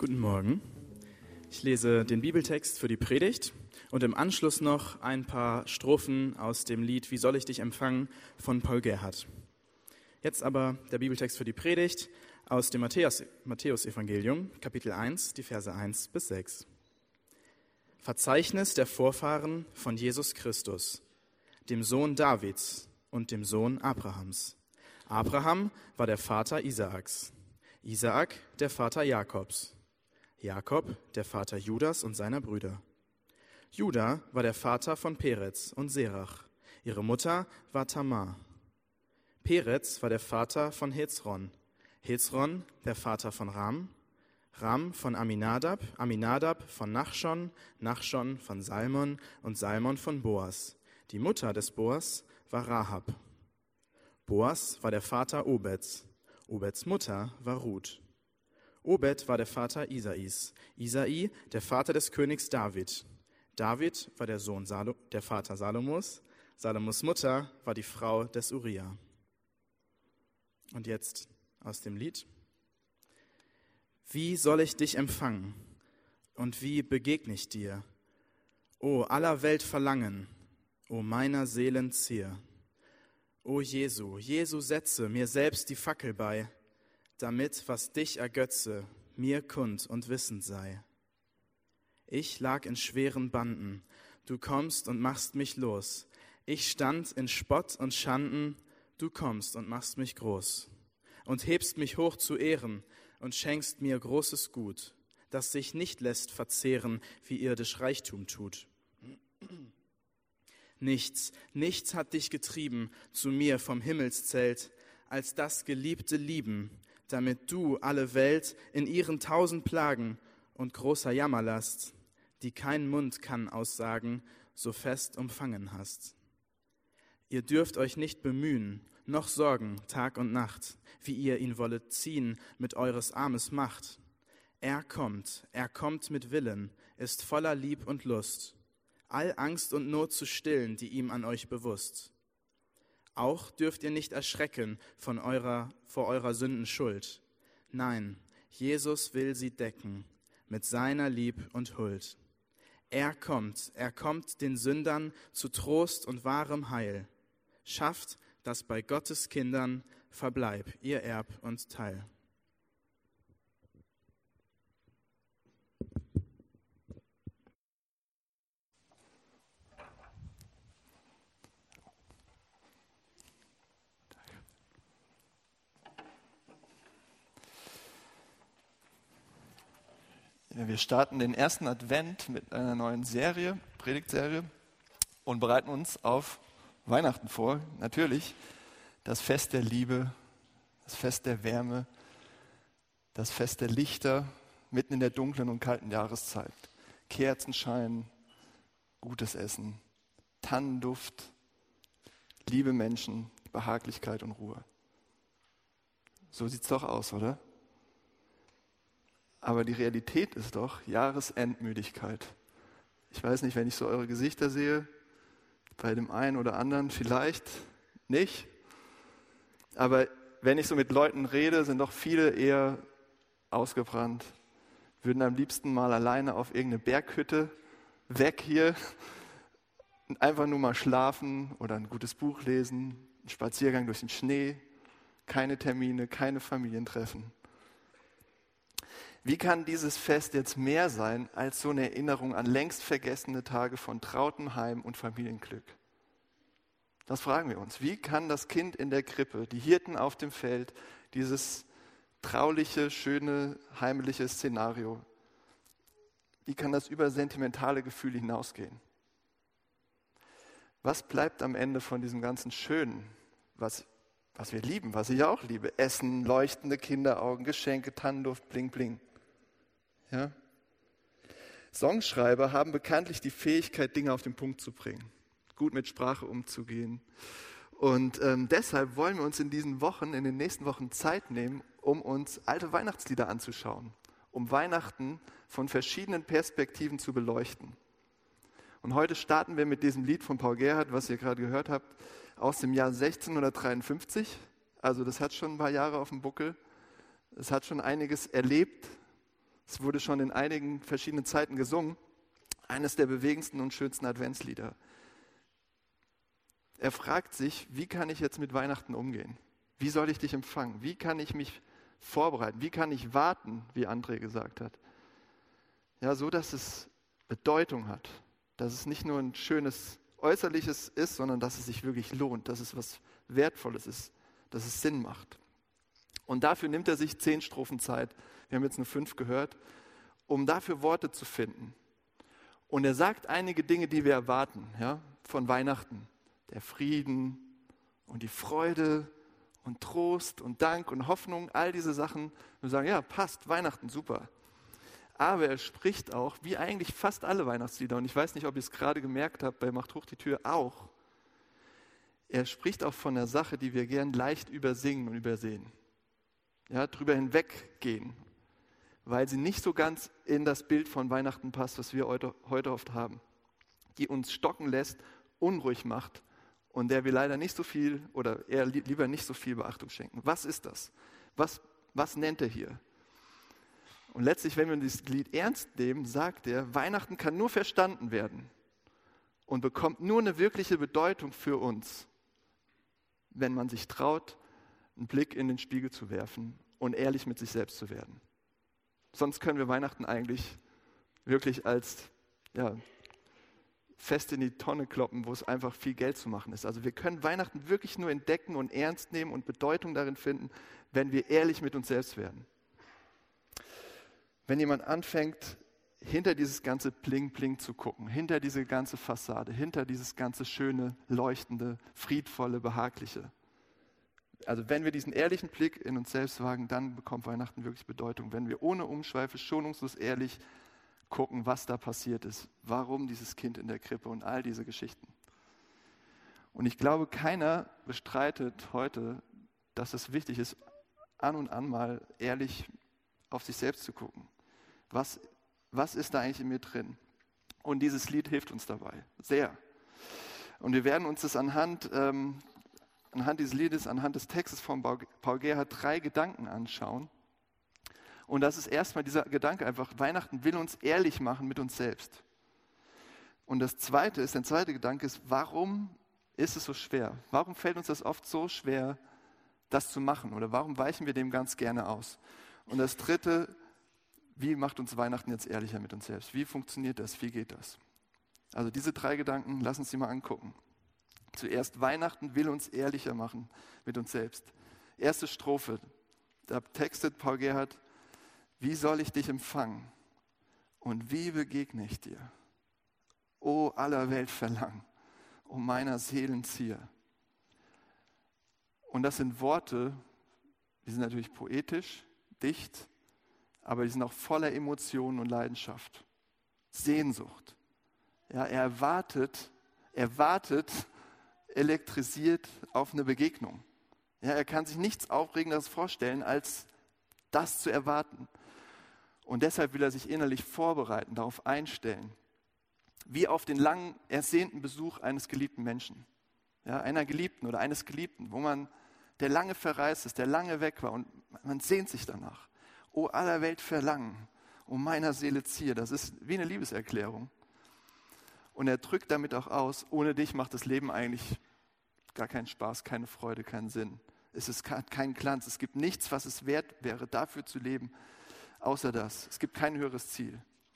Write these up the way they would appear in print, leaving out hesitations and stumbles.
Guten Morgen. Ich lese den Bibeltext für die Predigt und im Anschluss noch ein paar Strophen aus dem Lied Wie soll ich dich empfangen von Paul Gerhardt. Jetzt aber der Bibeltext für die Predigt aus dem Matthäusevangelium, Kapitel 1, die Verse 1 bis 6. Verzeichnis der Vorfahren von Jesus Christus, dem Sohn Davids und dem Sohn Abrahams. Abraham war der Vater Isaaks, Isaak der Vater Jakobs, Jakob der Vater Judas und seiner Brüder. Juda war der Vater von Perez und Serach, ihre Mutter war Tamar. Perez war der Vater von Hezron, Hezron der Vater von Ram, Ram von Aminadab, Aminadab von Nachschon, Nachschon von Salmon und Salmon von Boas. Die Mutter des Boas war Rahab. Boas war der Vater Obeds, Obeds Mutter war Ruth. Obed war der Vater Isais, Isai der Vater des Königs David. David war der Vater Salomos, Salomos Mutter war die Frau des Uria. Und jetzt aus dem Lied. Wie soll ich dich empfangen und wie begegne ich dir? O aller Welt Verlangen, o meiner Seelen Zier. O Jesu, Jesu setze mir selbst die Fackel bei, damit, was dich ergötze, mir kund und wissend sei. Ich lag in schweren Banden, du kommst und machst mich los. Ich stand in Spott und Schanden, du kommst und machst mich groß. Und hebst mich hoch zu Ehren und schenkst mir großes Gut, das sich nicht lässt verzehren, wie irdisch Reichtum tut. Nichts hat dich getrieben zu mir vom Himmelszelt, als das geliebte Lieben, damit du alle Welt in ihren 1000 Plagen und großer Jammerlast, die kein Mund kann aussagen, so fest umfangen hast. Ihr dürft euch nicht bemühen, noch sorgen Tag und Nacht, wie ihr ihn wollet ziehen mit eures Armes Macht. Er kommt mit Willen, ist voller Lieb und Lust, all Angst und Not zu stillen, die ihm an euch bewusst. Auch dürft ihr nicht erschrecken vor eurer Sünden Schuld. Nein, Jesus will sie decken mit seiner Lieb und Huld. Er kommt den Sündern zu Trost und wahrem Heil. Schafft, dass bei Gottes Kindern verbleib ihr Erb und Teil. Ja, wir starten den ersten Advent mit einer neuen Predigtserie und bereiten uns auf Weihnachten vor. Natürlich das Fest der Liebe, das Fest der Wärme, das Fest der Lichter mitten in der dunklen und kalten Jahreszeit. Kerzenschein, gutes Essen, Tannenduft, liebe Menschen, Behaglichkeit und Ruhe. So sieht's doch aus, oder? Aber die Realität ist doch Jahresendmüdigkeit. Ich weiß nicht, wenn ich so eure Gesichter sehe, bei dem einen oder anderen vielleicht nicht. Aber wenn ich so mit Leuten rede, sind doch viele eher ausgebrannt, würden am liebsten mal alleine auf irgendeine Berghütte weg hier und einfach nur mal schlafen oder ein gutes Buch lesen, einen Spaziergang durch den Schnee, keine Termine, keine Familientreffen. Wie kann dieses Fest jetzt mehr sein als so eine Erinnerung an längst vergessene Tage von trautem Heim und Familienglück? Das fragen wir uns. Wie kann das Kind in der Krippe, die Hirten auf dem Feld, dieses trauliche, schöne, heimliche Szenario, wie kann das über sentimentale Gefühle hinausgehen? Was bleibt am Ende von diesem ganzen Schönen, was wir lieben, was ich auch liebe? Essen, leuchtende Kinderaugen, Geschenke, Tannenduft, bling, bling. Ja? Songschreiber haben bekanntlich die Fähigkeit, Dinge auf den Punkt zu bringen, gut mit Sprache umzugehen. Und deshalb wollen wir uns in den nächsten Wochen Zeit nehmen, um uns alte Weihnachtslieder anzuschauen, um Weihnachten von verschiedenen Perspektiven zu beleuchten. Und heute starten wir mit diesem Lied von Paul Gerhardt, was ihr gerade gehört habt, aus dem Jahr 1653. Also das hat schon ein paar Jahre auf dem Buckel. Es hat schon einiges erlebt. Es wurde schon in einigen verschiedenen Zeiten gesungen. Eines der bewegendsten und schönsten Adventslieder. Er fragt sich, wie kann ich jetzt mit Weihnachten umgehen? Wie soll ich dich empfangen? Wie kann ich mich vorbereiten? Wie kann ich warten, wie André gesagt hat? Ja, so, dass es Bedeutung hat. Dass es nicht nur ein schönes Äußerliches ist, sondern dass es sich wirklich lohnt. Dass es was Wertvolles ist. Dass es Sinn macht. Und dafür nimmt er sich 10 Strophen Zeit. Wir haben jetzt nur 5 gehört, um dafür Worte zu finden. Und er sagt einige Dinge, die wir erwarten, ja, von Weihnachten. Der Frieden und die Freude und Trost und Dank und Hoffnung, all diese Sachen. Wir sagen, ja, passt, Weihnachten, super. Aber er spricht auch, wie eigentlich fast alle Weihnachtslieder, und ich weiß nicht, ob ihr es gerade gemerkt habt, bei Macht hoch die Tür auch, er spricht auch von einer Sache, die wir gern leicht übersingen und übersehen. Ja, drüber hinweggehen, weil sie nicht so ganz in das Bild von Weihnachten passt, was wir heute oft haben, die uns stocken lässt, unruhig macht und der wir leider nicht so viel oder eher lieber nicht so viel Beachtung schenken. Was ist das? Was nennt er hier? Und letztlich, wenn wir dieses Lied ernst nehmen, sagt er, Weihnachten kann nur verstanden werden und bekommt nur eine wirkliche Bedeutung für uns, wenn man sich traut, einen Blick in den Spiegel zu werfen und ehrlich mit sich selbst zu werden. Sonst können wir Weihnachten eigentlich wirklich als fest in die Tonne kloppen, wo es einfach viel Geld zu machen ist. Also wir können Weihnachten wirklich nur entdecken und ernst nehmen und Bedeutung darin finden, wenn wir ehrlich mit uns selbst werden. Wenn jemand anfängt, hinter dieses ganze Pling-Pling zu gucken, hinter diese ganze Fassade, hinter dieses ganze schöne, leuchtende, friedvolle, behagliche. Also wenn wir diesen ehrlichen Blick in uns selbst wagen, dann bekommt Weihnachten wirklich Bedeutung. Wenn wir ohne Umschweife schonungslos ehrlich gucken, was da passiert ist, warum dieses Kind in der Krippe und all diese Geschichten. Und ich glaube, keiner bestreitet heute, dass es wichtig ist, an und an mal ehrlich auf sich selbst zu gucken. Was ist da eigentlich in mir drin? Und dieses Lied hilft uns dabei, sehr. Und wir werden uns das anhand dieses Liedes, anhand des Textes von Paul Gerhardt 3 Gedanken anschauen. Und das ist erstmal dieser Gedanke einfach, Weihnachten will uns ehrlich machen mit uns selbst. Und der zweite Gedanke ist, warum ist es so schwer? Warum fällt uns das oft so schwer, das zu machen? Oder warum weichen wir dem ganz gerne aus? Und das dritte, wie macht uns Weihnachten jetzt ehrlicher mit uns selbst? Wie funktioniert das? Wie geht das? Also diese 3 Gedanken, lass uns die mal angucken. Zuerst, Weihnachten will uns ehrlicher machen mit uns selbst. Erste Strophe, da textet Paul Gerhardt, wie soll ich dich empfangen und wie begegne ich dir? O aller Welt Verlangen, o meiner Seelen Zier. Und das sind Worte, die sind natürlich poetisch, dicht, aber die sind auch voller Emotionen und Leidenschaft. Sehnsucht. Ja, er wartet elektrisiert auf eine Begegnung. Ja, er kann sich nichts Aufregenderes vorstellen, als das zu erwarten. Und deshalb will er sich innerlich vorbereiten, darauf einstellen. Wie auf den lang ersehnten Besuch eines geliebten Menschen. Ja, einer Geliebten oder eines Geliebten, der lange verreist ist, der lange weg war und man sehnt sich danach. O aller Welt Verlangen, o meiner Seele Zier. Das ist wie eine Liebeserklärung. Und er drückt damit auch aus, ohne dich macht das Leben eigentlich gar keinen Spaß, keine Freude, keinen Sinn. Es ist kein Glanz, es gibt nichts, was es wert wäre, dafür zu leben, außer das. Es gibt kein höheres Ziel.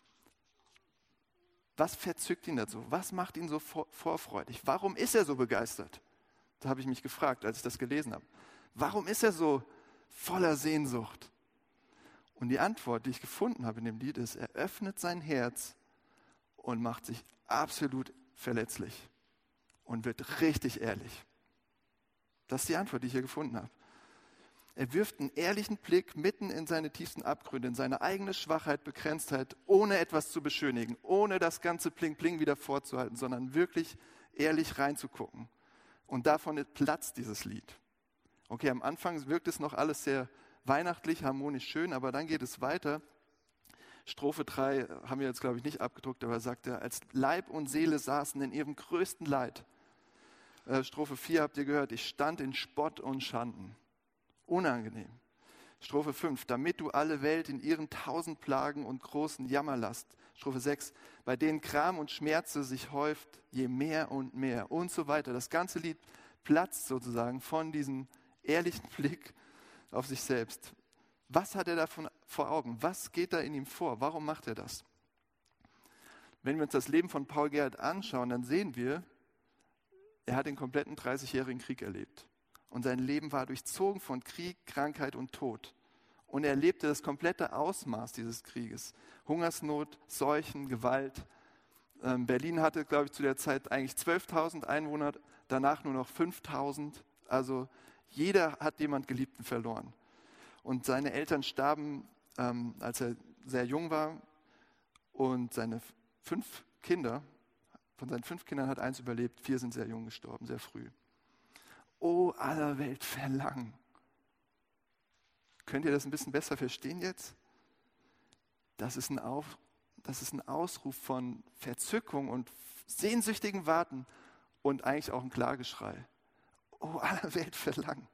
Was verzückt ihn dazu? Was macht ihn so vorfreudig? Warum ist er so begeistert? Da habe ich mich gefragt, als ich das gelesen habe. Warum ist er so voller Sehnsucht? Und die Antwort, die ich gefunden habe in dem Lied, ist, er öffnet sein Herz und macht sich absolut verletzlich und wird richtig ehrlich. Das ist die Antwort, die ich hier gefunden habe. Er wirft einen ehrlichen Blick mitten in seine tiefsten Abgründe, in seine eigene Schwachheit, Begrenztheit, ohne etwas zu beschönigen, ohne das ganze Pling-Pling wieder vorzuhalten, sondern wirklich ehrlich reinzugucken. Und davon platzt dieses Lied. Okay, am Anfang wirkt es noch alles sehr weihnachtlich, harmonisch, schön, aber dann geht es weiter. Strophe 3 haben wir jetzt, glaube ich, nicht abgedruckt, aber sagt er, als Leib und Seele saßen in ihrem größten Leid. Strophe 4 habt ihr gehört, ich stand in Spott und Schanden. Unangenehm. Strophe 5, damit du alle Welt in ihren 1000 Plagen und großen Jammer lasst. Strophe 6, bei denen Gram und Schmerze sich häuft, je mehr und so weiter. Das ganze Lied platzt sozusagen von diesem ehrlichen Blick auf sich selbst. Was hat er davon vor Augen? Was geht da in ihm vor? Warum macht er das? Wenn wir uns das Leben von Paul Gerhardt anschauen, dann sehen wir, er hat den kompletten 30-jährigen Krieg erlebt. Und sein Leben war durchzogen von Krieg, Krankheit und Tod. Und er erlebte das komplette Ausmaß dieses Krieges. Hungersnot, Seuchen, Gewalt. Berlin hatte, glaube ich, zu der Zeit eigentlich 12.000 Einwohner, danach nur noch 5.000. Also jeder hat jemand Geliebten verloren. Und seine Eltern starben, als er sehr jung war. Und seine 5 Kinder, von seinen 5 Kindern hat 1 überlebt, 4 sind sehr jung gestorben, sehr früh. O aller Welt Verlangen. Könnt ihr das ein bisschen besser verstehen jetzt? Das ist ein Ausruf von Verzückung und sehnsüchtigem Warten und eigentlich auch ein Klageschrei. O aller Welt Verlangen.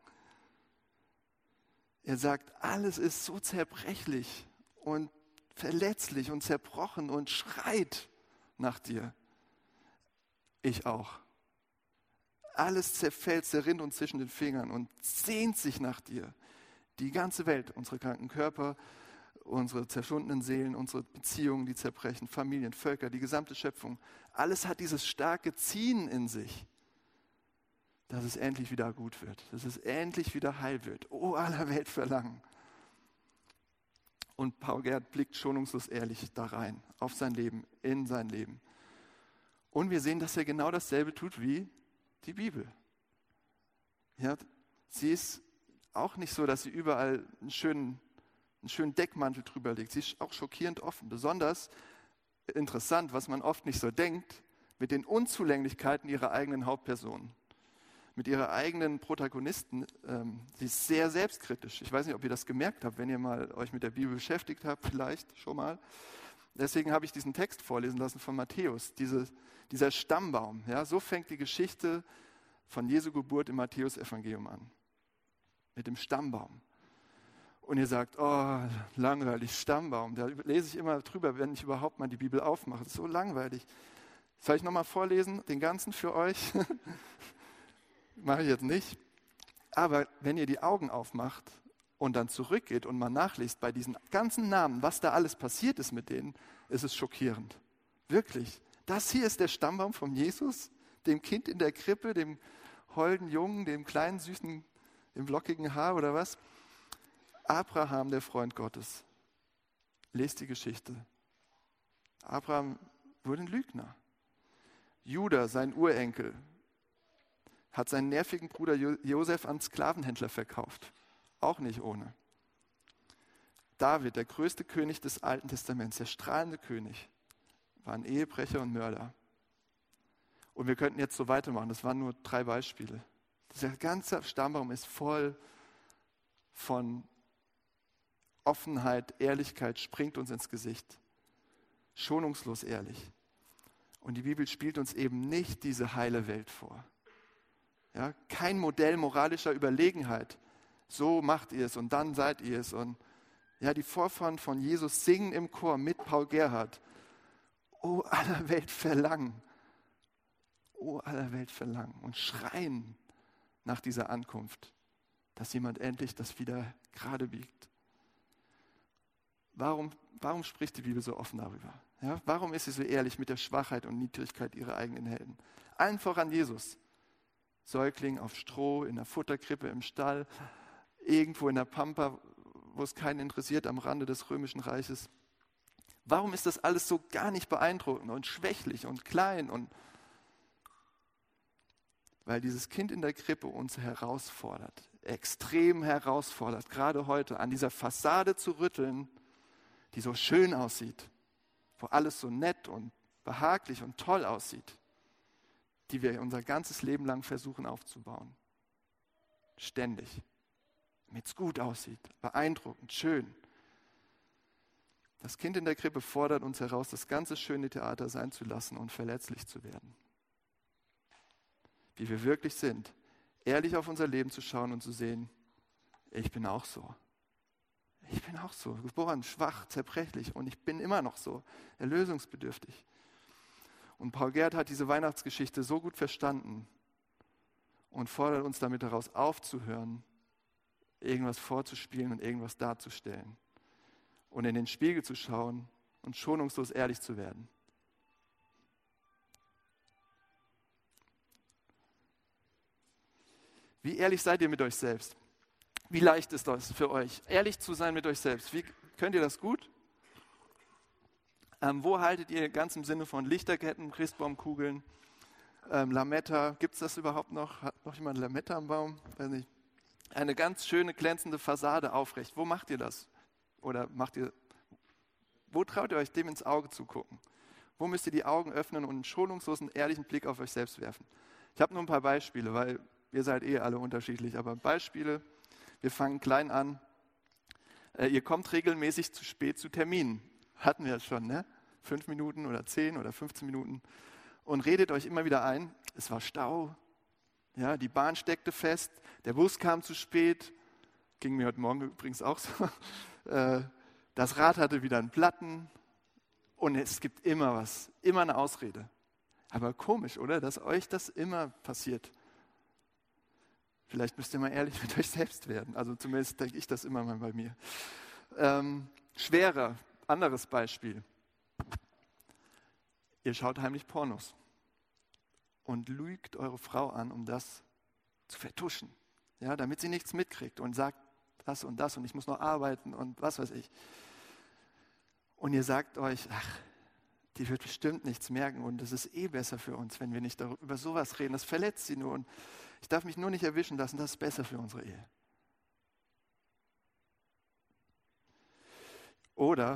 Er sagt, alles ist so zerbrechlich und verletzlich und zerbrochen und schreit nach dir. Ich auch. Alles zerfällt, zerrinnt uns zwischen den Fingern und sehnt sich nach dir. Die ganze Welt, unsere kranken Körper, unsere zerschundenen Seelen, unsere Beziehungen, die zerbrechen, Familien, Völker, die gesamte Schöpfung. Alles hat dieses starke Ziehen in sich, dass es endlich wieder gut wird, dass es endlich wieder heil wird. O aller Welt Verlangen. Und Paul Gerhardt blickt schonungslos ehrlich da rein, auf sein Leben, in sein Leben. Und wir sehen, dass er genau dasselbe tut wie die Bibel. Ja, sie ist auch nicht so, dass sie überall einen schönen Deckmantel drüber legt. Sie ist auch schockierend offen. Besonders interessant, was man oft nicht so denkt, mit den Unzulänglichkeiten ihrer eigenen Hauptpersonen. Mit ihrer eigenen Protagonisten. Sie ist sehr selbstkritisch. Ich weiß nicht, ob ihr das gemerkt habt, wenn ihr mal euch mit der Bibel beschäftigt habt, vielleicht schon mal. Deswegen habe ich diesen Text vorlesen lassen von Matthäus, dieser Stammbaum. Ja, so fängt die Geschichte von Jesu Geburt im Matthäus-Evangelium an. Mit dem Stammbaum. Und ihr sagt, oh, langweilig, Stammbaum. Da lese ich immer drüber, wenn ich überhaupt mal die Bibel aufmache. Das ist so langweilig. Soll ich nochmal vorlesen, den ganzen für euch? Mache ich jetzt nicht. Aber wenn ihr die Augen aufmacht und dann zurückgeht und mal nachliest bei diesen ganzen Namen, was da alles passiert ist mit denen, ist es schockierend. Wirklich. Das hier ist der Stammbaum von Jesus, dem Kind in der Krippe, dem holden Jungen, dem kleinen, süßen, dem lockigen Haar oder was. Abraham, der Freund Gottes. Lest die Geschichte. Abraham wurde ein Lügner. Judah, sein Urenkel, hat seinen nervigen Bruder Josef an Sklavenhändler verkauft. Auch nicht ohne. David, der größte König des Alten Testaments, der strahlende König, war ein Ehebrecher und Mörder. Und wir könnten jetzt so weitermachen, das waren nur 3 Beispiele. Der ganze Stammbaum ist voll von Offenheit, Ehrlichkeit, springt uns ins Gesicht. Schonungslos ehrlich. Und die Bibel spielt uns eben nicht diese heile Welt vor. Ja, kein Modell moralischer Überlegenheit. So macht ihr es und dann seid ihr es. Und ja, die Vorfahren von Jesus singen im Chor mit Paul Gerhardt. O aller Welt Verlangen. O aller Welt Verlangen. Und schreien nach dieser Ankunft, dass jemand endlich das wieder gerade biegt. Warum spricht die Bibel so offen darüber? Ja, warum ist sie so ehrlich mit der Schwachheit und Niedrigkeit ihrer eigenen Helden? Allen voran Jesus. Säugling auf Stroh, in der Futterkrippe im Stall, irgendwo in der Pampa, wo es keinen interessiert, am Rande des Römischen Reiches. Warum ist das alles so gar nicht beeindruckend und schwächlich und klein? Weil dieses Kind in der Krippe uns herausfordert, extrem herausfordert, gerade heute an dieser Fassade zu rütteln, die so schön aussieht, wo alles so nett und behaglich und toll aussieht, die wir unser ganzes Leben lang versuchen aufzubauen. Ständig. Damit es gut aussieht, beeindruckend, schön. Das Kind in der Krippe fordert uns heraus, das ganze schöne Theater sein zu lassen und verletzlich zu werden. Wie wir wirklich sind, ehrlich auf unser Leben zu schauen und zu sehen, ich bin auch so. Ich bin auch so, geboren, schwach, zerbrechlich und ich bin immer noch so, erlösungsbedürftig. Und Paul Gerhardt hat diese Weihnachtsgeschichte so gut verstanden und fordert uns damit heraus, aufzuhören, irgendwas vorzuspielen und irgendwas darzustellen und in den Spiegel zu schauen und schonungslos ehrlich zu werden. Wie ehrlich seid ihr mit euch selbst? Wie leicht ist das für euch, ehrlich zu sein mit euch selbst? Wie könnt ihr das gut? Wo haltet ihr ganz im Sinne von Lichterketten, Christbaumkugeln, Lametta? Gibt es das überhaupt noch? Hat noch jemand Lametta am Baum? Weiß nicht. Eine ganz schöne, glänzende Fassade aufrecht. Wo macht ihr das? Oder wo traut ihr euch, dem ins Auge zu gucken? Wo müsst ihr die Augen öffnen und einen schonungslosen, ehrlichen Blick auf euch selbst werfen? Ich habe nur ein paar Beispiele, weil ihr seid alle unterschiedlich, aber Beispiele, wir fangen klein an. Ihr kommt regelmäßig zu spät zu Terminen. Hatten wir ja schon, ne? 5 Minuten oder 10 oder 15 Minuten. Und redet euch immer wieder ein, es war Stau, ja, die Bahn steckte fest, der Bus kam zu spät, ging mir heute Morgen übrigens auch so. Das Rad hatte wieder einen Platten und es gibt immer was, immer eine Ausrede. Aber komisch, oder? Dass euch das immer passiert. Vielleicht müsst ihr mal ehrlich mit euch selbst werden. Also zumindest denke ich das immer mal bei mir. Schwerer, anderes Beispiel. Ihr schaut heimlich Pornos und lügt eure Frau an, um das zu vertuschen, ja, damit sie nichts mitkriegt und sagt das und ich muss noch arbeiten und was weiß ich. Und ihr sagt euch, ach, die wird bestimmt nichts merken und es ist besser für uns, wenn wir nicht über sowas reden. Das verletzt sie nur und ich darf mich nur nicht erwischen lassen, das ist besser für unsere Ehe. Oder,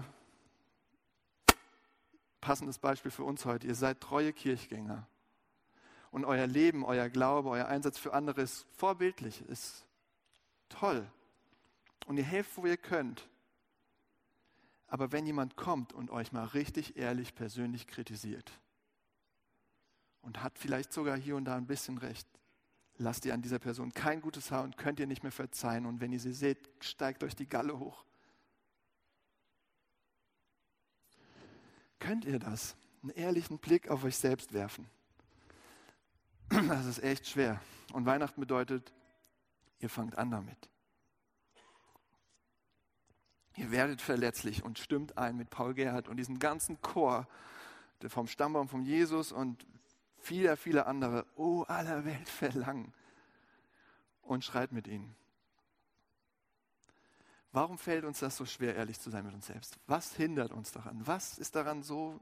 passendes Beispiel für uns heute, ihr seid treue Kirchgänger und euer Leben, euer Glaube, euer Einsatz für andere ist vorbildlich, ist toll und ihr helft, wo ihr könnt. Aber wenn jemand kommt und euch mal richtig ehrlich persönlich kritisiert und hat vielleicht sogar hier und da ein bisschen recht, lasst ihr an dieser Person kein gutes Haar und könnt ihr nicht mehr verzeihen. Und wenn ihr sie seht, steigt euch die Galle hoch. Könnt ihr das? Einen ehrlichen Blick auf euch selbst werfen? Das ist echt schwer. Und Weihnachten bedeutet, ihr fangt an damit. Ihr werdet verletzlich und stimmt ein mit Paul Gerhardt und diesem ganzen Chor vom Stammbaum von Jesus und viele andere, oh, aller Welt verlangen, und schreit mit ihnen. Warum fällt uns das so schwer, ehrlich zu sein mit uns selbst? Was hindert uns daran? Was ist daran so,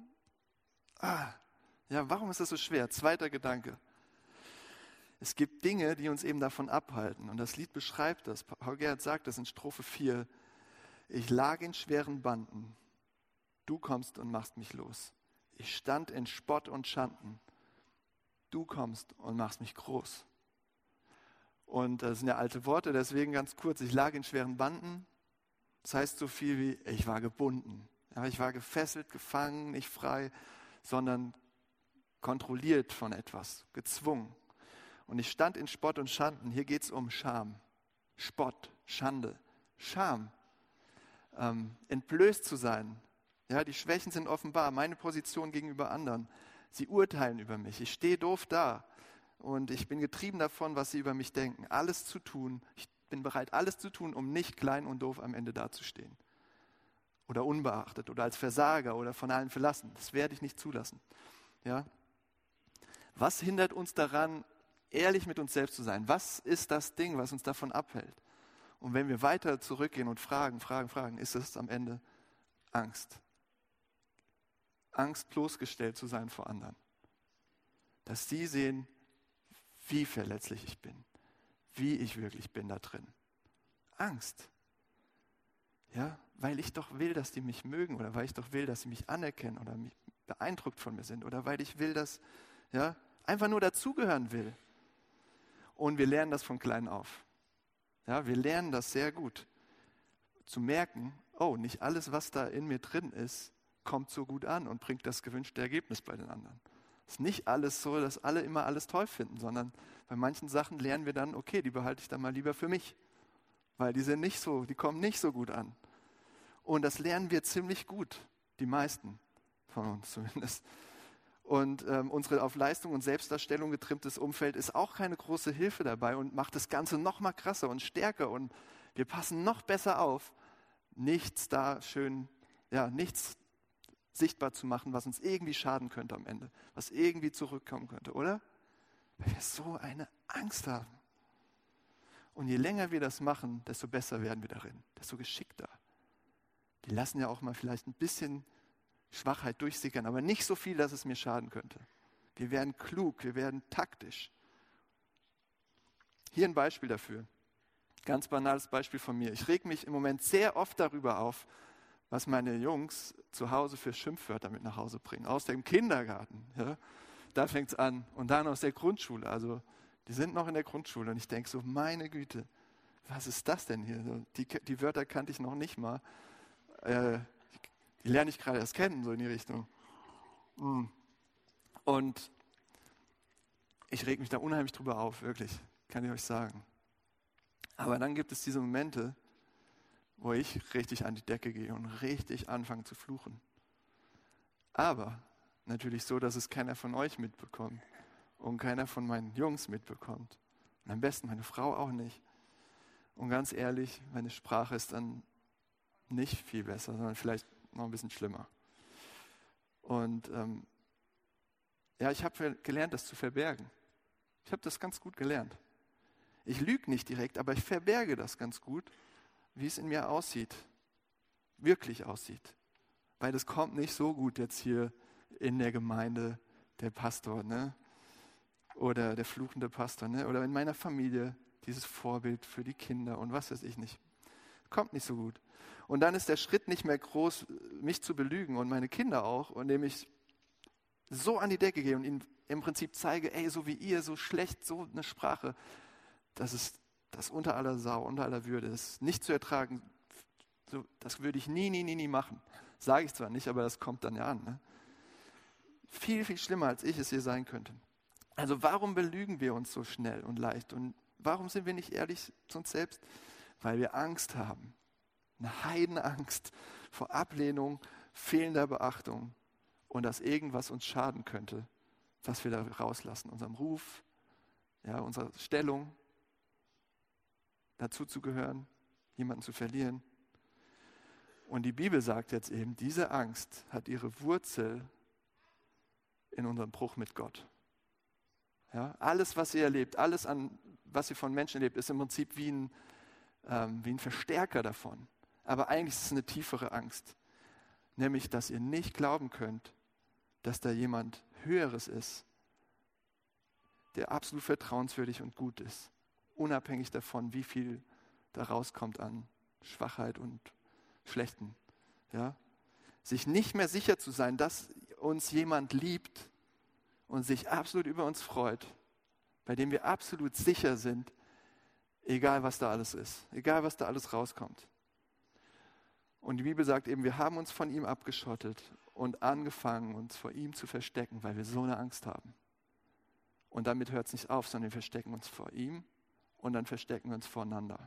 warum ist das so schwer? Zweiter Gedanke. Es gibt Dinge, die uns eben davon abhalten. Und das Lied beschreibt das. Paul Gerhardt sagt das in Strophe 4. Ich lag in schweren Banden. Du kommst und machst mich los. Ich stand in Spott und Schanden. Du kommst und machst mich groß. Und das sind ja alte Worte, deswegen ganz kurz. Ich lag in schweren Banden. Das heißt so viel wie, ich war gebunden. Ja, ich war gefesselt, gefangen, nicht frei, sondern kontrolliert von etwas, gezwungen. Und ich stand in Spott und Schanden. Hier geht es um Scham, Spott, Schande, Scham. Entblößt zu sein. Ja, die Schwächen sind offenbar, meine Position gegenüber anderen. Sie urteilen über mich. Ich stehe doof da und ich bin getrieben davon, was sie über mich denken. Alles zu tun, ich bin bereit, alles zu tun, um nicht klein und doof am Ende dazustehen. Oder unbeachtet oder als Versager oder von allen verlassen. Das werde ich nicht zulassen. Ja? Was hindert uns daran, ehrlich mit uns selbst zu sein? Was ist das Ding, was uns davon abhält? Und wenn wir weiter zurückgehen und fragen, ist es am Ende Angst. Angst, bloßgestellt zu sein vor anderen. Dass sie sehen, wie verletzlich ich bin, wie ich wirklich bin da drin. Angst. Ja, weil ich doch will, dass die mich mögen oder weil ich doch will, dass sie mich anerkennen oder mich beeindruckt von mir sind oder weil ich will, dass, einfach nur dazugehören will. Und wir lernen das von klein auf. Ja, wir lernen das sehr gut. Zu merken, oh, nicht alles, was da in mir drin ist, kommt so gut an und bringt das gewünschte Ergebnis bei den anderen. Es ist nicht alles so, dass alle immer alles toll finden, sondern bei manchen Sachen lernen wir dann, okay, die behalte ich dann mal lieber für mich. Weil die kommen nicht so gut an. Und das lernen wir ziemlich gut, die meisten von uns zumindest. Und unsere auf Leistung und Selbstdarstellung getrimmtes Umfeld ist auch keine große Hilfe dabei und macht das Ganze noch mal krasser und stärker. Und wir passen noch besser auf, nichts sichtbar zu machen, was uns irgendwie schaden könnte am Ende, was irgendwie zurückkommen könnte, oder? Weil wir so eine Angst haben. Und je länger wir das machen, desto besser werden wir darin, desto geschickter. Die lassen ja auch mal vielleicht ein bisschen Schwachheit durchsickern, aber nicht so viel, dass es mir schaden könnte. Wir werden klug, wir werden taktisch. Hier ein Beispiel dafür. Ganz banales Beispiel von mir. Ich reg mich im Moment sehr oft darüber auf, was meine Jungs zu Hause für Schimpfwörter mit nach Hause bringen. Aus dem Kindergarten, ja, da fängt es an. Und dann aus der Grundschule. Also die sind noch in der Grundschule. Und ich denke so, meine Güte, was ist das denn hier? Die Wörter kannte ich noch nicht mal. Die lerne ich gerade erst kennen, so in die Richtung. Und ich reg mich da unheimlich drüber auf, wirklich, kann ich euch sagen. Aber dann gibt es diese Momente, wo ich richtig an die Decke gehe und richtig anfange zu fluchen. Aber natürlich so, dass es keiner von euch mitbekommt und keiner von meinen Jungs mitbekommt. Und am besten meine Frau auch nicht. Und ganz ehrlich, meine Sprache ist dann nicht viel besser, sondern vielleicht noch ein bisschen schlimmer. Und ich habe gelernt, das zu verbergen. Ich habe das ganz gut gelernt. Ich lüge nicht direkt, aber ich verberge das ganz gut, wie es in mir aussieht, wirklich aussieht. Weil das kommt nicht so gut jetzt hier in der Gemeinde, der Pastor, ne? Oder der fluchende Pastor, ne? Oder in meiner Familie, dieses Vorbild für die Kinder und was weiß ich nicht. Kommt nicht so gut. Und dann ist der Schritt nicht mehr groß, mich zu belügen und meine Kinder auch, indem ich so an die Decke gehe und ihnen im Prinzip zeige, ey, so wie ihr, so schlecht, so eine Sprache, das ist das unter aller Sau, unter aller Würde, das ist nicht zu ertragen. So, das würde ich nie machen. Sage ich zwar nicht, aber das kommt dann ja an. Ne? Viel, viel schlimmer, als ich es hier sein könnte. Also warum belügen wir uns so schnell und leicht? Und warum sind wir nicht ehrlich zu uns selbst? Weil wir Angst haben. Eine Heidenangst vor Ablehnung, fehlender Beachtung und dass irgendwas uns schaden könnte, was wir da rauslassen. Unserem Ruf, ja, unserer Stellung, dazu zu gehören, jemanden zu verlieren. Und die Bibel sagt jetzt eben, diese Angst hat ihre Wurzel in unserem Bruch mit Gott. Ja, alles, was ihr erlebt, alles, was ihr von Menschen erlebt, ist im Prinzip wie ein Verstärker davon. Aber eigentlich ist es eine tiefere Angst. Nämlich, dass ihr nicht glauben könnt, dass da jemand Höheres ist, der absolut vertrauenswürdig und gut ist. Unabhängig davon, wie viel da rauskommt an Schwachheit und Schlechten. Ja? Sich nicht mehr sicher zu sein, dass uns jemand liebt und sich absolut über uns freut, bei dem wir absolut sicher sind, egal was da alles ist, egal was da alles rauskommt. Und die Bibel sagt eben, wir haben uns von ihm abgeschottet und angefangen, uns vor ihm zu verstecken, weil wir so eine Angst haben. Und damit hört es nicht auf, sondern wir verstecken uns vor ihm und dann verstecken wir uns voreinander.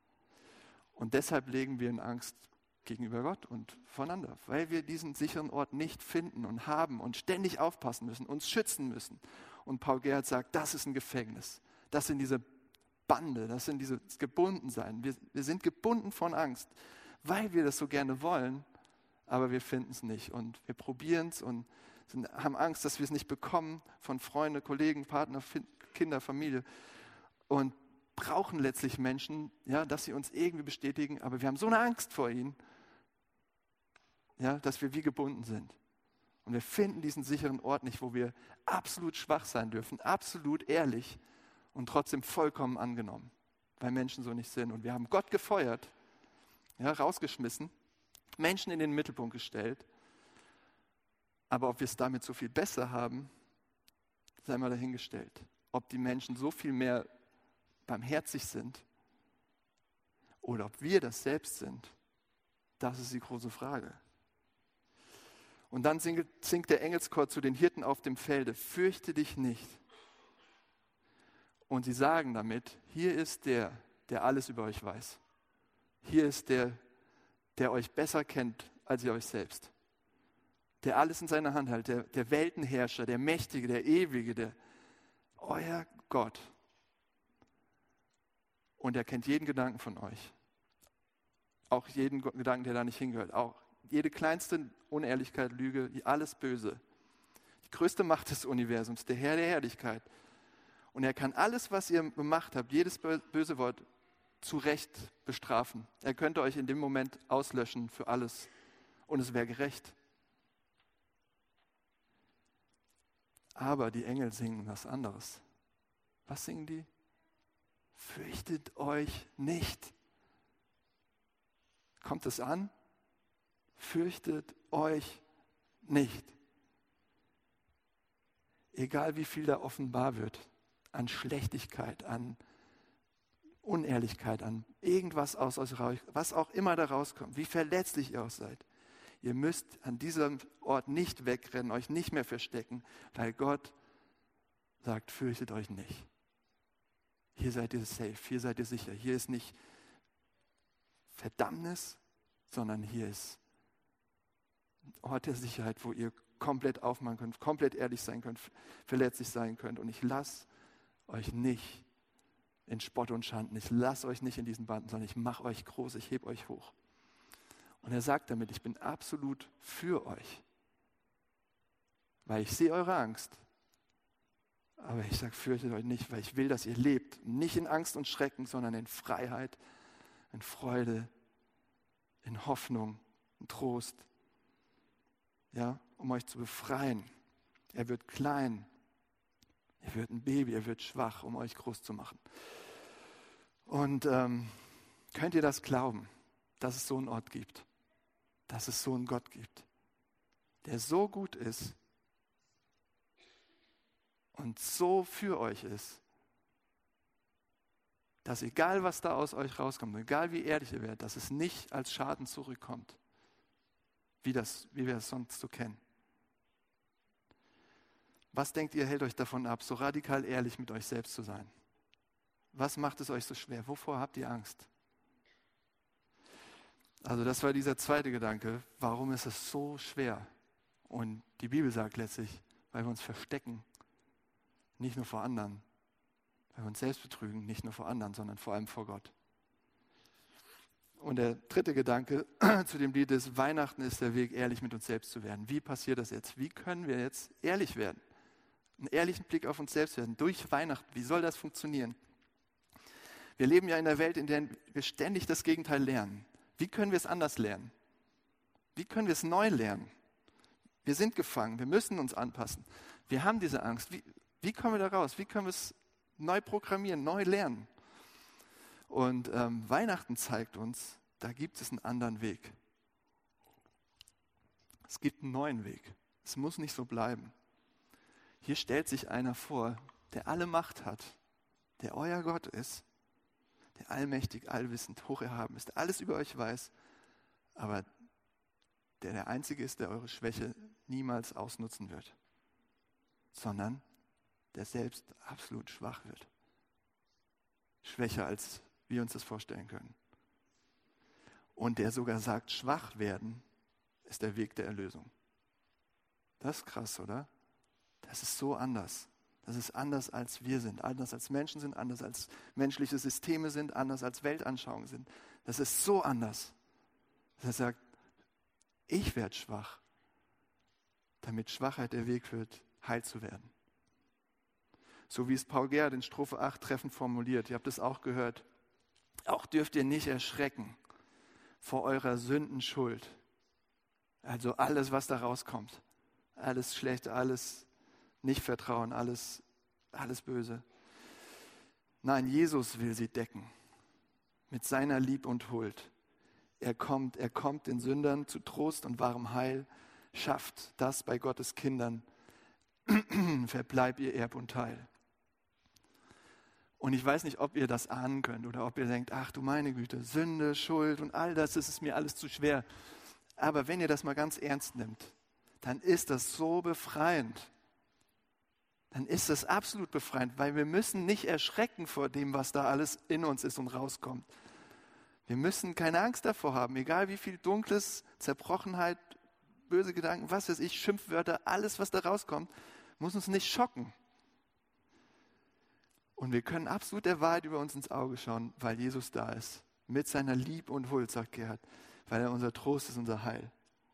Und deshalb legen wir in Angst gegenüber Gott und voneinander, weil wir diesen sicheren Ort nicht finden und haben und ständig aufpassen müssen, uns schützen müssen. Und Paul Gerhardt sagt, das ist ein Gefängnis. Das sind diese Bande, das sind dieses Gebundensein. Wir sind gebunden von Angst, weil wir das so gerne wollen, aber wir finden es nicht. Und wir probieren es und haben Angst, dass wir es nicht bekommen von Freunden, Kollegen, Partner, Kinder, Familie. Und brauchen letztlich Menschen, ja, dass sie uns irgendwie bestätigen, aber wir haben so eine Angst vor ihnen, ja, dass wir wie gebunden sind. Und wir finden diesen sicheren Ort nicht, wo wir absolut schwach sein dürfen, absolut ehrlich und trotzdem vollkommen angenommen, weil Menschen so nicht sind. Und wir haben Gott gefeuert, ja, rausgeschmissen, Menschen in den Mittelpunkt gestellt, aber ob wir es damit so viel besser haben, sei mal dahingestellt. Ob die Menschen so viel mehr barmherzig sind oder ob wir das selbst sind, das ist die große Frage. Und dann singt der Engelschor zu den Hirten auf dem Felde, fürchte dich nicht. Und sie sagen damit, hier ist der alles über euch weiß. Hier ist der der euch besser kennt als ihr euch selbst, der alles in seiner Hand hält, der Weltenherrscher, der Mächtige, der Ewige, euer Gott. Und er kennt jeden Gedanken von euch. Auch jeden Gedanken, der da nicht hingehört. Auch jede kleinste Unehrlichkeit, Lüge, alles Böse. Die größte Macht des Universums, der Herr der Herrlichkeit. Und er kann alles, was ihr gemacht habt, jedes böse Wort, zu Recht bestrafen. Er könnte euch in dem Moment auslöschen für alles. Und es wäre gerecht. Aber die Engel singen was anderes. Was singen die? Fürchtet euch nicht. Kommt es an? Fürchtet euch nicht. Egal wie viel da offenbar wird, an Schlechtigkeit, an Unehrlichkeit, an irgendwas aus euch raus, was auch immer da rauskommt, wie verletzlich ihr auch seid. Ihr müsst an diesem Ort nicht wegrennen, euch nicht mehr verstecken, weil Gott sagt, fürchtet euch nicht. Hier seid ihr safe, hier seid ihr sicher. Hier ist nicht Verdammnis, sondern hier ist ein Ort der Sicherheit, wo ihr komplett aufmachen könnt, komplett ehrlich sein könnt, verletzlich sein könnt. Und ich lasse euch nicht in Spott und Schanden. Ich lasse euch nicht in diesen Banden, sondern ich mache euch groß, ich hebe euch hoch. Und er sagt damit, ich bin absolut für euch. Weil ich sehe eure Angst. Aber ich sage, fürchtet euch nicht, weil ich will, dass ihr lebt. Nicht in Angst und Schrecken, sondern in Freiheit, in Freude, in Hoffnung, in Trost. Ja, um euch zu befreien. Er wird klein. Er wird ein Baby, er wird schwach, um euch groß zu machen. Und könnt ihr das glauben, dass es so einen Ort gibt? Dass es so einen Gott gibt, der so gut ist und so für euch ist, dass egal was da aus euch rauskommt, egal wie ehrlich ihr werdet, dass es nicht als Schaden zurückkommt, wie wir es sonst so kennen. Was denkt ihr, hält euch davon ab, so radikal ehrlich mit euch selbst zu sein? Was macht es euch so schwer? Wovor habt ihr Angst? Also das war dieser zweite Gedanke. Warum ist es so schwer? Und die Bibel sagt letztlich, weil wir uns verstecken, nicht nur vor anderen, weil wir uns selbst betrügen, nicht nur vor anderen, sondern vor allem vor Gott. Und der dritte Gedanke zu dem Lied ist, Weihnachten ist der Weg, ehrlich mit uns selbst zu werden. Wie passiert das jetzt? Wie können wir jetzt ehrlich werden? Einen ehrlichen Blick auf uns selbst werden, durch Weihnachten. Wie soll das funktionieren? Wir leben ja in einer Welt, in der wir ständig das Gegenteil lernen. Wie können wir es anders lernen? Wie können wir es neu lernen? Wir sind gefangen, wir müssen uns anpassen. Wir haben diese Angst. Wie kommen wir da raus? Wie können wir es neu programmieren, neu lernen? Und Weihnachten zeigt uns, da gibt es einen anderen Weg. Es gibt einen neuen Weg. Es muss nicht so bleiben. Hier stellt sich einer vor, der alle Macht hat, der euer Gott ist, der allmächtig, allwissend, hocherhaben ist, der alles über euch weiß, aber der Einzige ist, der eure Schwäche niemals ausnutzen wird, sondern der selbst absolut schwach wird. Schwächer, als wir uns das vorstellen können. Und der sogar sagt, schwach werden ist der Weg der Erlösung. Das ist krass, oder? Das ist so anders. Das ist anders, als wir sind, anders als Menschen sind, anders als menschliche Systeme sind, anders als Weltanschauungen sind. Das ist so anders. Dass er sagt, ich werde schwach, damit Schwachheit der Weg führt, heil zu werden. So wie es Paul Gerhardt in Strophe 8 treffend formuliert, ihr habt es auch gehört, auch dürft ihr nicht erschrecken vor eurer Sündenschuld. Also alles, was da rauskommt, alles Schlechte, alles Nicht-Vertrauen, alles Böse. Nein, Jesus will sie decken mit seiner Lieb und Huld. Er kommt den Sündern zu Trost und wahrem Heil, schafft das bei Gottes Kindern, verbleibt ihr Erb und Teil. Und ich weiß nicht, ob ihr das ahnen könnt oder ob ihr denkt, ach du meine Güte, Sünde, Schuld und all das ist mir alles zu schwer. Aber wenn ihr das mal ganz ernst nimmt, dann ist das so befreiend. Dann ist das absolut befreiend, weil wir müssen nicht erschrecken vor dem, was da alles in uns ist und rauskommt. Wir müssen keine Angst davor haben, egal wie viel Dunkles, Zerbrochenheit, böse Gedanken, was weiß ich, Schimpfwörter, alles, was da rauskommt, muss uns nicht schocken. Und wir können absolut der Wahrheit über uns ins Auge schauen, weil Jesus da ist. Mit seiner Lieb und Huld, sagt Gerhard, weil er unser Trost ist, unser Heil.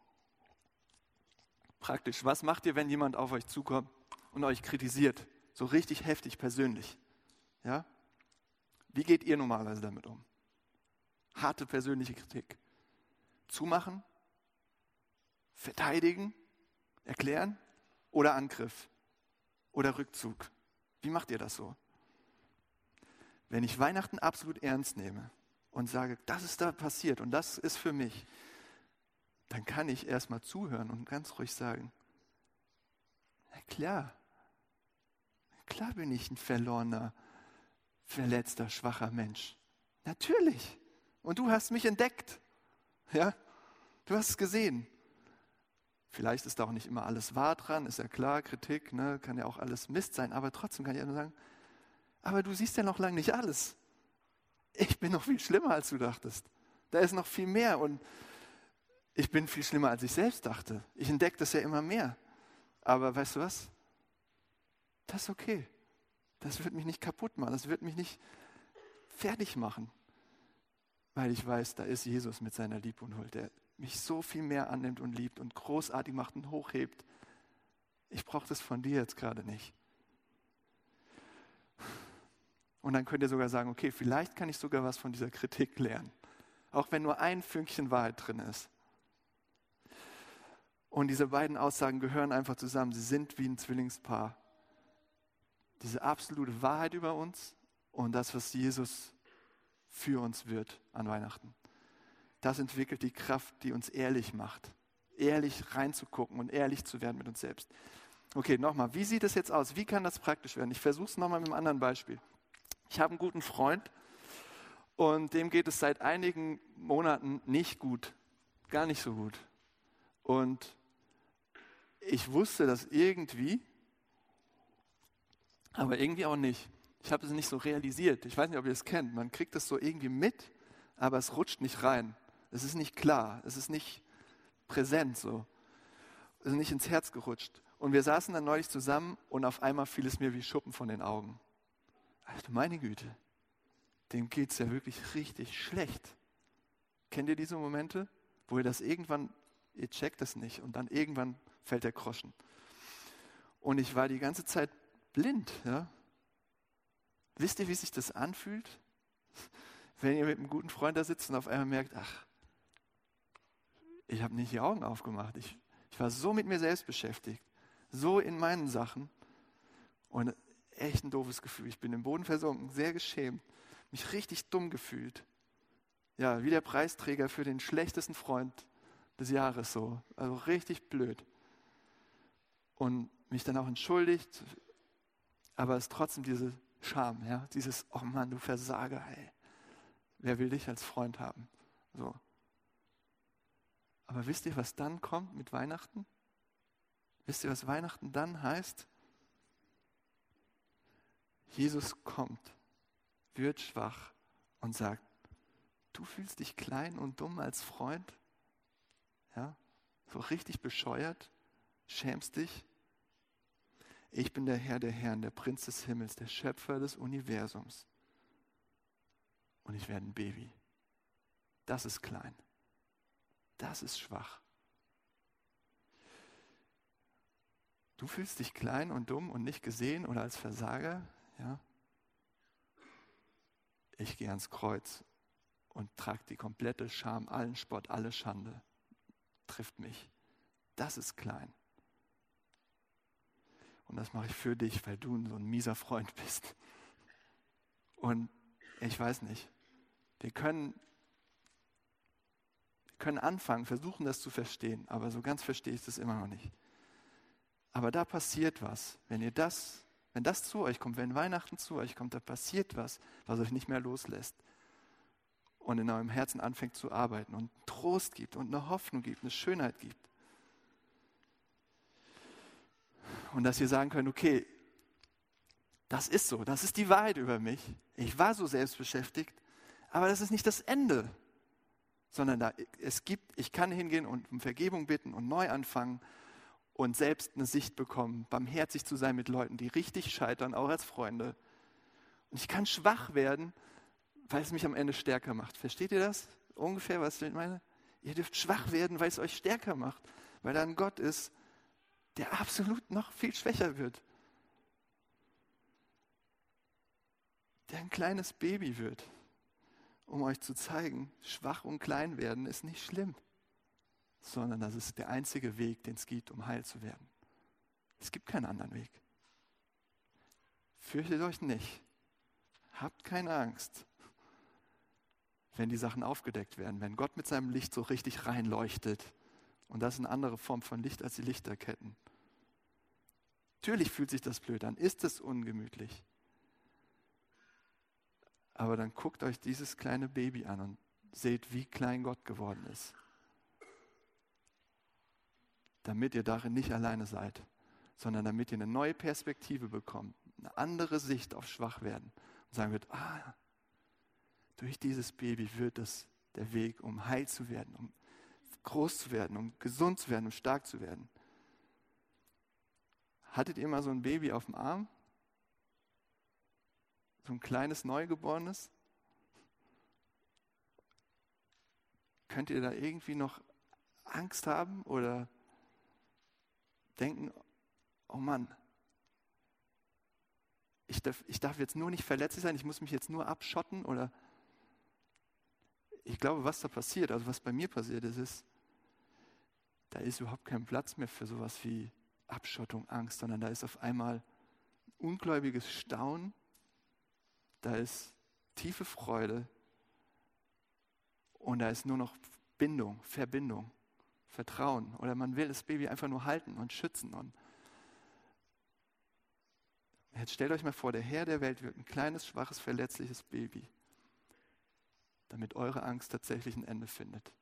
Praktisch, was macht ihr, wenn jemand auf euch zukommt und euch kritisiert? So richtig heftig, persönlich. Ja? Wie geht ihr normalerweise damit um? Harte persönliche Kritik. Zumachen? Verteidigen? Erklären? Oder Angriff? Oder Rückzug? Wie macht ihr das so? Wenn ich Weihnachten absolut ernst nehme und sage, das ist da passiert und das ist für mich, dann kann ich erstmal zuhören und ganz ruhig sagen, na klar bin ich ein verlorener, verletzter, schwacher Mensch. Natürlich. Und du hast mich entdeckt. Ja? Du hast es gesehen. Vielleicht ist da auch nicht immer alles wahr dran, ist ja klar, Kritik, ne, kann ja auch alles Mist sein, aber trotzdem kann ich nur sagen, aber du siehst ja noch lange nicht alles. Ich bin noch viel schlimmer, als du dachtest. Da ist noch viel mehr und ich bin viel schlimmer, als ich selbst dachte. Ich entdecke das ja immer mehr. Aber weißt du was? Das ist okay. Das wird mich nicht kaputt machen, das wird mich nicht fertig machen. Weil ich weiß, da ist Jesus mit seiner Liebe und Huld, der mich so viel mehr annimmt und liebt und großartig macht und hochhebt. Ich brauche das von dir jetzt gerade nicht. Und dann könnt ihr sogar sagen, okay, vielleicht kann ich sogar was von dieser Kritik lernen. Auch wenn nur ein Fünkchen Wahrheit drin ist. Und diese beiden Aussagen gehören einfach zusammen. Sie sind wie ein Zwillingspaar. Diese absolute Wahrheit über uns und das, was Jesus für uns wird an Weihnachten. Das entwickelt die Kraft, die uns ehrlich macht. Ehrlich reinzugucken und ehrlich zu werden mit uns selbst. Okay, nochmal, wie sieht es jetzt aus? Wie kann das praktisch werden? Ich versuche es nochmal mit einem anderen Beispiel. Ich habe einen guten Freund und dem geht es seit einigen Monaten nicht gut. Gar nicht so gut. Und ich wusste das irgendwie, aber irgendwie auch nicht. Ich habe es nicht so realisiert. Ich weiß nicht, ob ihr es kennt. Man kriegt es so irgendwie mit, aber es rutscht nicht rein. Es ist nicht klar. Es ist nicht präsent so. Es ist nicht ins Herz gerutscht. Und wir saßen dann neulich zusammen und auf einmal fiel es mir wie Schuppen von den Augen. Alter, meine Güte, dem geht es ja wirklich richtig schlecht. Kennt ihr diese Momente, wo ihr das irgendwann, ihr checkt das nicht und dann irgendwann fällt der Groschen. Und ich war die ganze Zeit blind. Ja? Wisst ihr, wie sich das anfühlt? Wenn ihr mit einem guten Freund da sitzt und auf einmal merkt, ach, ich habe nicht die Augen aufgemacht. Ich war so mit mir selbst beschäftigt, so in meinen Sachen und echt ein doofes Gefühl. Ich bin im Boden versunken, sehr geschämt, mich richtig dumm gefühlt. Ja, wie der Preisträger für den schlechtesten Freund des Jahres so. Also richtig blöd. Und mich dann auch entschuldigt, aber es ist trotzdem diese Scham, ja, dieses, oh Mann, du Versager, ey. Wer will dich als Freund haben? So. Aber wisst ihr, was dann kommt mit Weihnachten? Wisst ihr, was Weihnachten dann heißt? Jesus kommt, wird schwach und sagt, du fühlst dich klein und dumm als Freund? Ja, so richtig bescheuert? Schämst dich? Ich bin der Herr der Herren, der Prinz des Himmels, der Schöpfer des Universums. Und ich werde ein Baby. Das ist klein. Das ist schwach. Du fühlst dich klein und dumm und nicht gesehen oder als Versager? Ja. Ich gehe ans Kreuz und trage die komplette Scham, allen Spott, alle Schande. Trifft mich. Das ist klein. Und das mache ich für dich, weil du so ein mieser Freund bist. Und ich weiß nicht, wir können anfangen, versuchen das zu verstehen, aber so ganz verstehe ich das immer noch nicht. Aber da passiert was, wenn das zu euch kommt, wenn Weihnachten zu euch kommt, da passiert was euch nicht mehr loslässt und in eurem Herzen anfängt zu arbeiten und Trost gibt und eine Hoffnung gibt, eine Schönheit gibt. Und dass ihr sagen könnt, okay, das ist so, das ist die Wahrheit über mich. Ich war so selbstbeschäftigt, aber das ist nicht das Ende. sondern ich kann hingehen und um Vergebung bitten und neu anfangen und selbst eine Sicht bekommen, barmherzig zu sein mit Leuten, die richtig scheitern, auch als Freunde. Und ich kann schwach werden, weil es mich am Ende stärker macht. Versteht ihr das? Ungefähr, was ich meine? Ihr dürft schwach werden, weil es euch stärker macht, weil da ein Gott ist, der absolut noch viel schwächer wird. Der ein kleines Baby wird, um euch zu zeigen, schwach und klein werden ist nicht schlimm, sondern das ist der einzige Weg, den es gibt, um heil zu werden. Es gibt keinen anderen Weg. Fürchtet euch nicht. Habt keine Angst, wenn die Sachen aufgedeckt werden, wenn Gott mit seinem Licht so richtig reinleuchtet. Und das ist eine andere Form von Licht als die Lichterketten. Natürlich fühlt sich das blöd an, ist es ungemütlich. Aber dann guckt euch dieses kleine Baby an und seht, wie klein Gott geworden ist. Damit ihr darin nicht alleine seid, sondern damit ihr eine neue Perspektive bekommt, eine andere Sicht auf Schwachwerden und sagen wird, durch dieses Baby wird es der Weg, um heil zu werden, um groß zu werden, um gesund zu werden, um stark zu werden. Hattet ihr mal so ein Baby auf dem Arm? So ein kleines Neugeborenes? Könnt ihr da irgendwie noch Angst haben oder denken, oh Mann, ich darf jetzt nur nicht verletzlich sein, ich muss mich jetzt nur abschotten? Oder ich glaube, was da passiert, also was bei mir passiert ist, da ist überhaupt kein Platz mehr für sowas wie Abschottung, Angst, sondern da ist auf einmal ungläubiges Staunen, da ist tiefe Freude und da ist nur noch Bindung, Verbindung, Vertrauen. Oder man will das Baby einfach nur halten und schützen. Und jetzt stellt euch mal vor, der Herr der Welt wird ein kleines, schwaches, verletzliches Baby, damit eure Angst tatsächlich ein Ende findet.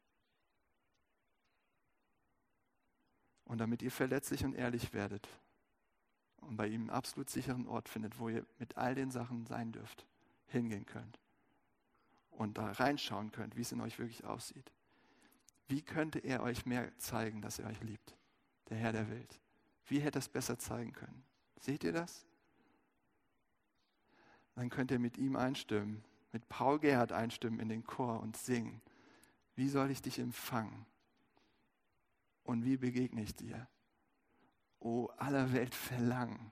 Und damit ihr verletzlich und ehrlich werdet und bei ihm einen absolut sicheren Ort findet, wo ihr mit all den Sachen sein dürft, hingehen könnt und da reinschauen könnt, wie es in euch wirklich aussieht. Wie könnte er euch mehr zeigen, dass er euch liebt, der Herr der Welt? Wie hätte er es besser zeigen können? Seht ihr das? Dann könnt ihr mit ihm einstimmen, mit Paul Gerhardt einstimmen in den Chor und singen. Wie soll ich dich empfangen? Und wie begegne ich dir? O aller Welt Verlangen,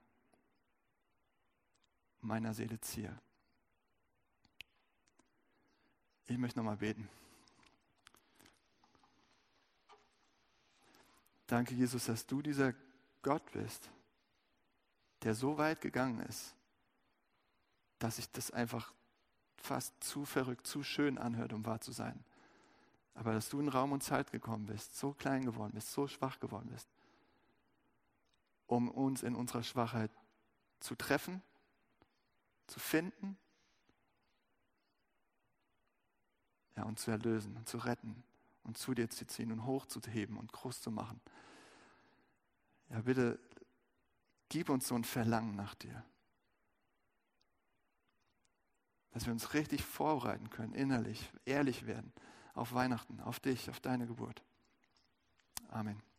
meiner Seele Zier. Ich möchte nochmal beten. Danke, Jesus, dass du dieser Gott bist, der so weit gegangen ist, dass sich das einfach fast zu verrückt, zu schön anhört, um wahr zu sein. Aber dass du in Raum und Zeit gekommen bist, so klein geworden bist, so schwach geworden bist, um uns in unserer Schwachheit zu treffen, zu finden, ja, und zu erlösen und zu retten und zu dir zu ziehen und hochzuheben und groß zu machen. Ja, bitte gib uns so ein Verlangen nach dir, dass wir uns richtig vorbereiten können, innerlich, ehrlich werden, auf Weihnachten, auf dich, auf deine Geburt. Amen.